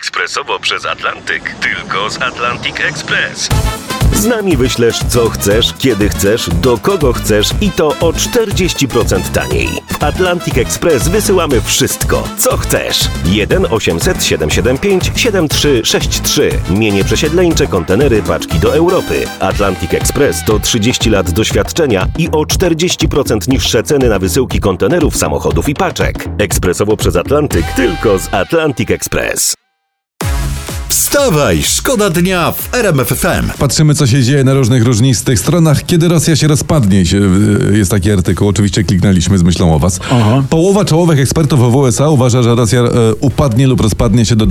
ekspresowo przez Atlantyk. Tylko z Atlantic Express. Z nami wyślesz co chcesz, kiedy chcesz, do kogo chcesz i to o 40% taniej. W Atlantic Express wysyłamy wszystko, co chcesz. 1 800 775 7363. Mienie przesiedleńcze, kontenery, paczki do Europy. Atlantic Express to 30 lat doświadczenia i o 40% niższe ceny na wysyłki kontenerów, samochodów i paczek. Ekspresowo przez Atlantyk, tylko z Atlantic Express. Wstawaj, szkoda dnia w RMF FM. Patrzymy, co się dzieje na różnych różnistych stronach. Kiedy Rosja się rozpadnie, jest taki artykuł, oczywiście kliknęliśmy z myślą o was. Aha. Połowa czołowych ekspertów w USA uważa, że Rosja upadnie lub rozpadnie się do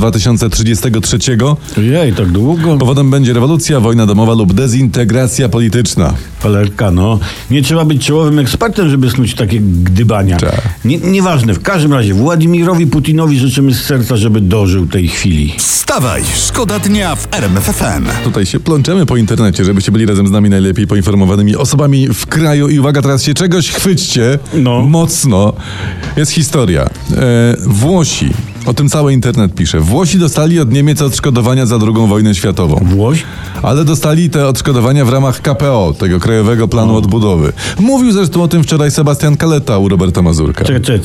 2033. Jej, tak długo? Powodem będzie rewolucja, wojna domowa lub dezintegracja polityczna. Palerka, no. Nie trzeba być czołowym ekspertem, żeby snuć takie gdybania. Tak. Nieważne, w każdym razie Władimirowi Putinowi życzymy z serca, żeby dożył tej chwili. Wstawaj, szkoda dnia w RMF FM. Tutaj się plączemy po internecie, żebyście byli razem z nami najlepiej poinformowanymi osobami w kraju. I uwaga, teraz się czegoś chwyćcie mocno. Jest historia. Włosi, o tym cały internet pisze. Włosi dostali od Niemiec odszkodowania za II wojnę światową. Włoś? Ale dostali te odszkodowania w ramach KPO, tego Krajowego Planu Odbudowy. Mówił zresztą o tym wczoraj Sebastian Kaleta u Roberta Mazurka. Czekaj.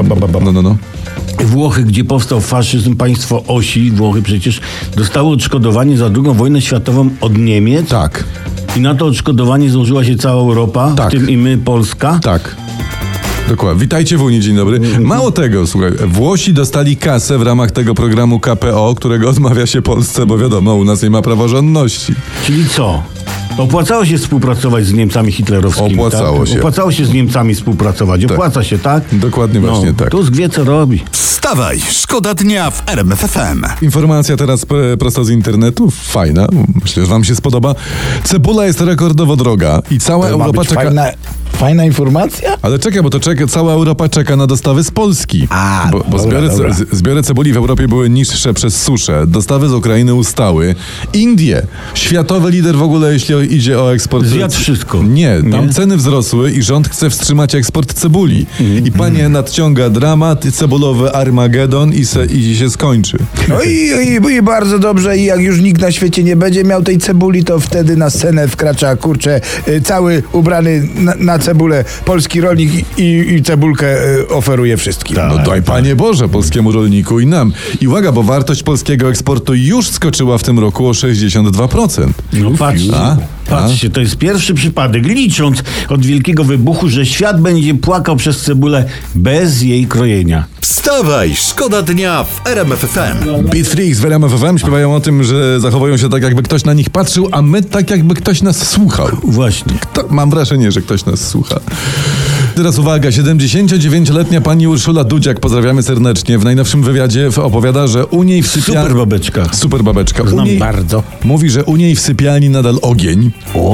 No. Włochy, gdzie powstał faszyzm, państwo osi, Włochy przecież dostały odszkodowanie za II wojnę światową od Niemiec. Tak. I na to odszkodowanie złożyła się cała Europa, Tak. w tym i my, Polska. Tak. Dokładnie. Witajcie w Unii, dzień dobry. Mało tego, słuchaj, Włosi dostali kasę w ramach tego programu KPO, którego odmawia się Polsce, bo wiadomo, u nas nie ma praworządności. Czyli co? Opłacało się współpracować z Niemcami hitlerowskimi. Opłacało tak? się. Opłacało się z Niemcami współpracować. Opłaca się, tak? Dokładnie właśnie tak. Tusk wie, co robi. Wstawaj, szkoda dnia w RMF FM. Informacja teraz prosto z internetu, fajna, myślę, że wam się spodoba. Cebula jest rekordowo droga i cała Europa czeka... Fajna informacja? Ale czekaj, bo to cała Europa czeka na dostawy z Polski. Bo zbiory cebuli w Europie były niższe przez suszę. Dostawy z Ukrainy ustały. Indie, światowy lider w ogóle, jeśli idzie o eksport. Zjadł wszystko. Nie, tam ceny wzrosły i rząd chce wstrzymać eksport cebuli. I panie nadciąga dramat, cebulowy Armagedon i się skończy. No i bardzo dobrze. I jak już nikt na świecie nie będzie miał tej cebuli, to wtedy na scenę wkracza, cały ubrany na cebulę polski rolnik i cebulkę oferuje wszystkim. No daj Panie Boże, polskiemu rolniku i nam. I uwaga, bo wartość polskiego eksportu już skoczyła w tym roku o 62%. No patrzcie, to jest pierwszy przypadek, licząc od wielkiego wybuchu, że świat będzie płakał przez cebulę bez jej krojenia. Wstawaj, szkoda dnia w RMF FM. Beat Freaks w RMF FM śpiewają o tym, że zachowują się tak, jakby ktoś na nich patrzył, a my tak, jakby ktoś nas słuchał. Właśnie. Mam wrażenie, że ktoś nas słucha. Teraz uwaga, 79-letnia pani Urszula Dudziak, pozdrawiamy serdecznie, w najnowszym wywiadzie opowiada, że u niej w sypialni... Super babeczka. Znam bardzo. Mówi, że u niej w sypialni nadal ogień.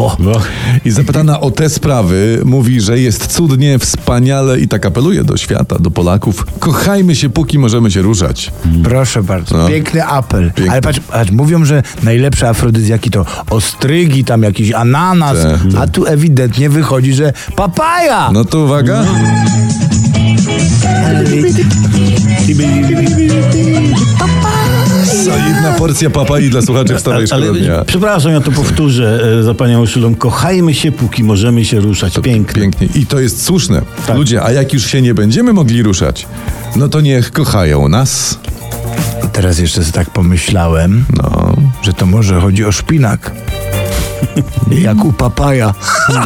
I zapytana o te sprawy, mówi, że jest cudnie, wspaniale i tak apeluje do świata, do Polaków. Kochajmy się, póki możemy się ruszać. Proszę bardzo, piękny apel. Ale patrz, mówią, że najlepsze afrodyzjaki to ostrygi, tam jakiś ananas, a tu ewidentnie wychodzi, że papaja! No to uwaga. Solidna porcja papai dla słuchaczy Wstawaj, szkoda dnia. Przepraszam, ja to powtórzę za panią Urszulą. Kochajmy się, póki możemy się ruszać. Pięknie. I to jest słuszne. Tak. Ludzie, a jak już się nie będziemy mogli ruszać, no to niech kochają nas. Teraz jeszcze tak pomyślałem, że to może chodzi o szpinak. Jak u papaja.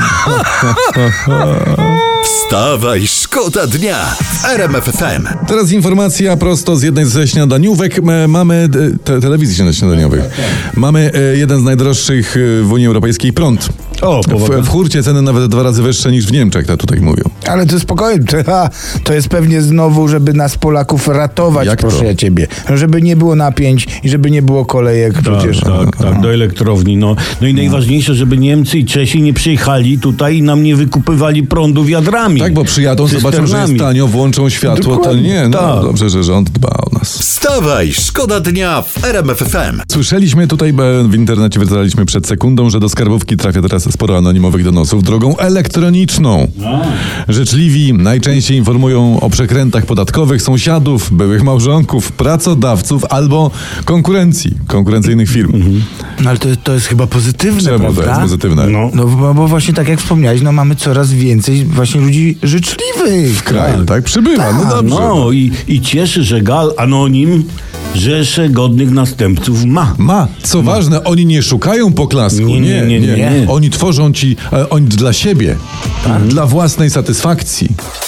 Wstawaj, szkoda dnia w RMF FM. Teraz informacja prosto z jednej ze śniadaniówek. Mamy telewizji śniadaniowych. Mamy jeden z najdroższych w Unii Europejskiej prąd. W hurcie ceny nawet 2 razy wyższe niż w Niemczech, tak tutaj mówią. Ale to spokojnie, to jest pewnie znowu, żeby nas Polaków ratować, Jak proszę to? ja ciebie. Żeby nie było napięć i żeby nie było kolejek przecież. Tak, do elektrowni. No i najważniejsze, żeby Niemcy i Czesi nie przyjechali tutaj i nam nie wykupywali prądu wiadrami. Tak, bo przyjadą, zobaczą, że jest tanio, włączą światło, Dokładnie. to nie. No, Tak. dobrze, że rząd dba o nas. Wstawaj, szkoda dnia w RMF FM. Słyszeliśmy tutaj, w internecie wycalaliśmy przed sekundą, że do skarbówki trafia teraz sporo anonimowych donosów drogą elektroniczną. Życzliwi najczęściej informują o przekrętach podatkowych sąsiadów, byłych małżonków, pracodawców albo konkurencyjnych firm. No ale to jest chyba pozytywne, Czemu prawda? to jest pozytywne? No bo właśnie tak jak wspomniałeś, no mamy coraz więcej właśnie ludzi życzliwych. W kraju, tak? Przybywa, no dobrze. No i cieszy, że Gal Anonim rzesze godnych następców ma. Co ważne, oni nie szukają poklasku. Nie. Oni tworzą oni dla siebie, dla własnej satysfakcji.